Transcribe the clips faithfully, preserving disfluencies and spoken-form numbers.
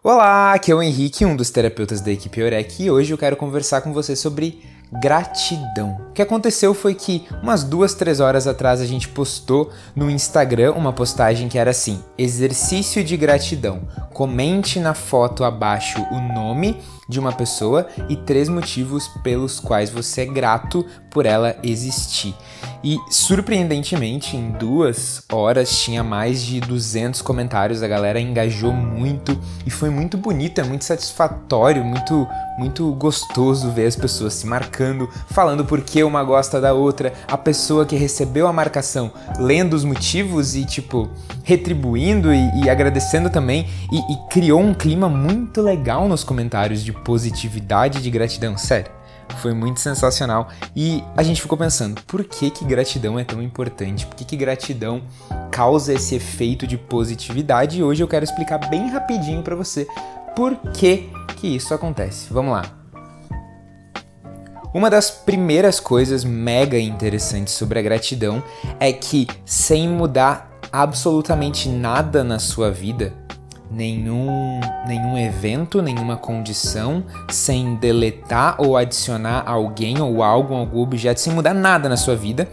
Olá, aqui é o Henrique, um dos terapeutas da equipe Eurek, e hoje eu quero conversar com você sobre gratidão. O que aconteceu foi que umas duas, três horas atrás a gente postou no Instagram uma postagem que era assim: exercício de gratidão. Comente na foto abaixo o nome de uma pessoa e três motivos pelos quais você é grato por ela existir. E, surpreendentemente, em duas horas tinha mais de duzentos comentários, a galera engajou muito e foi muito bonito, é muito satisfatório, muito, muito gostoso ver as pessoas se marcando, falando por que uma gosta da outra, a pessoa que recebeu a marcação lendo os motivos e, tipo, retribuindo e, e agradecendo também, e, e criou um clima muito legal nos comentários de positividade e de gratidão, sério. Foi muito sensacional e a gente ficou pensando, por que que gratidão é tão importante? Por que que gratidão causa esse efeito de positividade? E hoje eu quero explicar bem rapidinho pra você por que que isso acontece. Vamos lá. Uma das primeiras coisas mega interessantes sobre a gratidão é que, sem mudar absolutamente nada na sua vida, Nenhum, nenhum evento, nenhuma condição, sem deletar ou adicionar alguém ou algo, algum objeto, sem mudar nada na sua vida,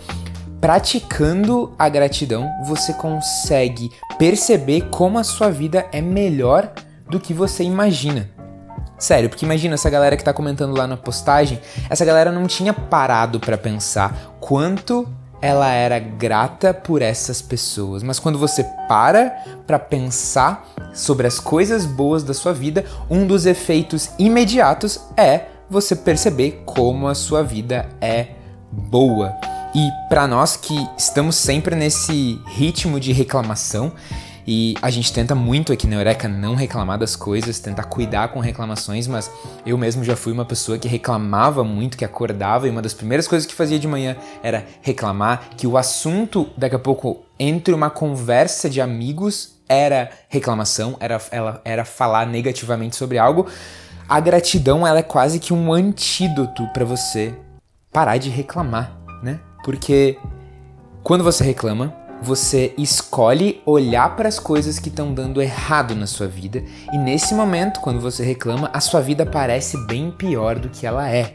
praticando a gratidão, você consegue perceber como a sua vida é melhor do que você imagina. Sério, porque imagina essa galera que tá comentando lá na postagem, essa galera não tinha parado pra pensar quanto ela era grata por essas pessoas. Mas quando você para pra pensar sobre as coisas boas da sua vida, um dos efeitos imediatos é você perceber como a sua vida é boa. E pra nós que estamos sempre nesse ritmo de reclamação, e a gente tenta muito aqui na Eureka não reclamar das coisas, tentar cuidar com reclamações, mas eu mesmo já fui uma pessoa que reclamava muito, que acordava e uma das primeiras coisas que fazia de manhã era reclamar, que o assunto, daqui a pouco, entre uma conversa de amigos, era reclamação, era, ela, era falar negativamente sobre algo. A gratidão, ela é quase que um antídoto para você parar de reclamar, né? Porque quando você reclama, você escolhe olhar para as coisas que estão dando errado na sua vida e nesse momento, quando você reclama, a sua vida parece bem pior do que ela é.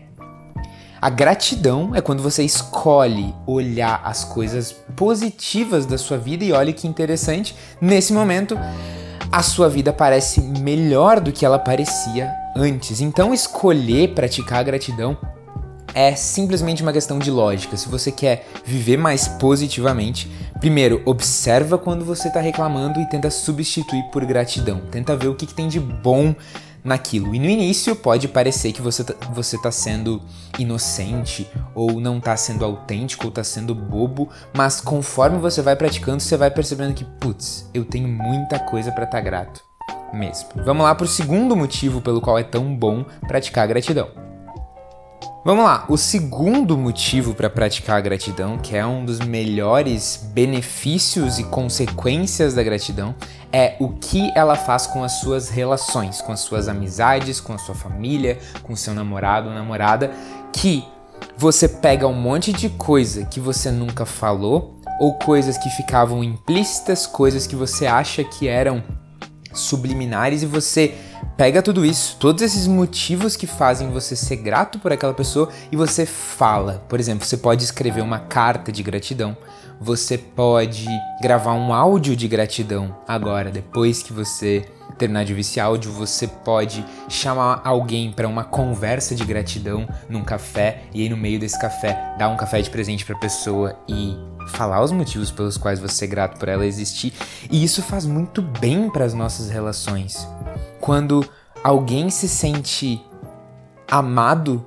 A gratidão é quando você escolhe olhar as coisas positivas da sua vida e olha que interessante, nesse momento a sua vida parece melhor do que ela parecia antes. Então escolher praticar a gratidão é simplesmente uma questão de lógica. Se você quer viver mais positivamente, primeiro, observa quando você está reclamando e tenta substituir por gratidão. Tenta ver o que, que tem de bom naquilo. E no início pode parecer que você tá, você tá sendo inocente, ou não tá sendo autêntico, ou tá sendo bobo, mas conforme você vai praticando, você vai percebendo que, putz, eu tenho muita coisa para estar grato mesmo. Vamos lá pro segundo motivo pelo qual é tão bom praticar a gratidão. Vamos lá, o segundo motivo para praticar a gratidão, que é um dos melhores benefícios e consequências da gratidão, é o que ela faz com as suas relações, com as suas amizades, com a sua família, com o seu namorado ou namorada, que você pega um monte de coisa que você nunca falou, ou coisas que ficavam implícitas, coisas que você acha que eram subliminares, e você pega tudo isso, todos esses motivos que fazem você ser grato por aquela pessoa e você fala. Por exemplo, você pode escrever uma carta de gratidão, você pode gravar um áudio de gratidão agora, depois que você terminar de ouvir esse áudio, você pode chamar alguém para uma conversa de gratidão num café e aí no meio desse café dar um café de presente para a pessoa e falar os motivos pelos quais você é grato por ela existir. E isso faz muito bem para as nossas relações. Quando alguém se sente amado,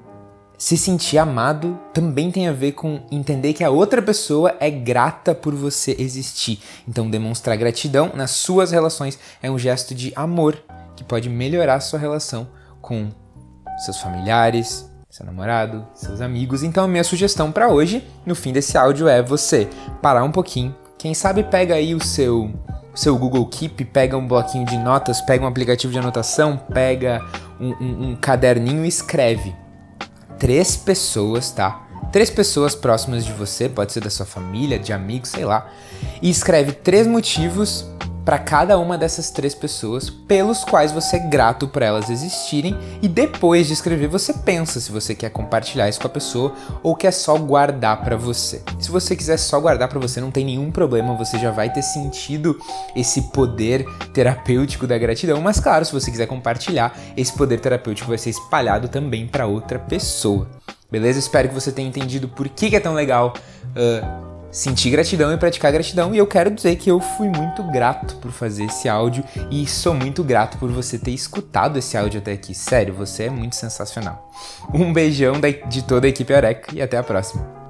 se sentir amado também tem a ver com entender que a outra pessoa é grata por você existir. Então demonstrar gratidão nas suas relações é um gesto de amor que pode melhorar a sua relação com seus familiares, seu namorado, seus amigos. Então a minha sugestão para hoje, no fim desse áudio, é você parar um pouquinho. Quem sabe pega aí o seu, o seu Google Keep, pega um bloquinho de notas, pega um aplicativo de anotação, pega um, um, um caderninho e escreve. Três pessoas, tá? Três pessoas próximas de você, pode ser da sua família, de amigos, sei lá. E escreve três motivos para cada uma dessas três pessoas pelos quais você é grato por elas existirem, e depois de escrever você pensa se você quer compartilhar isso com a pessoa ou quer só guardar para você. Se você quiser só guardar para você, não tem nenhum problema, você já vai ter sentido esse poder terapêutico da gratidão, mas claro, se você quiser compartilhar, esse poder terapêutico vai ser espalhado também para outra pessoa. Beleza? Espero que você tenha entendido por que, que é tão legal uh, sentir gratidão e praticar gratidão, e eu quero dizer que eu fui muito grato por fazer esse áudio e sou muito grato por você ter escutado esse áudio até aqui. Sério, você é muito sensacional. Um beijão de toda a equipe Eureka e até a próxima.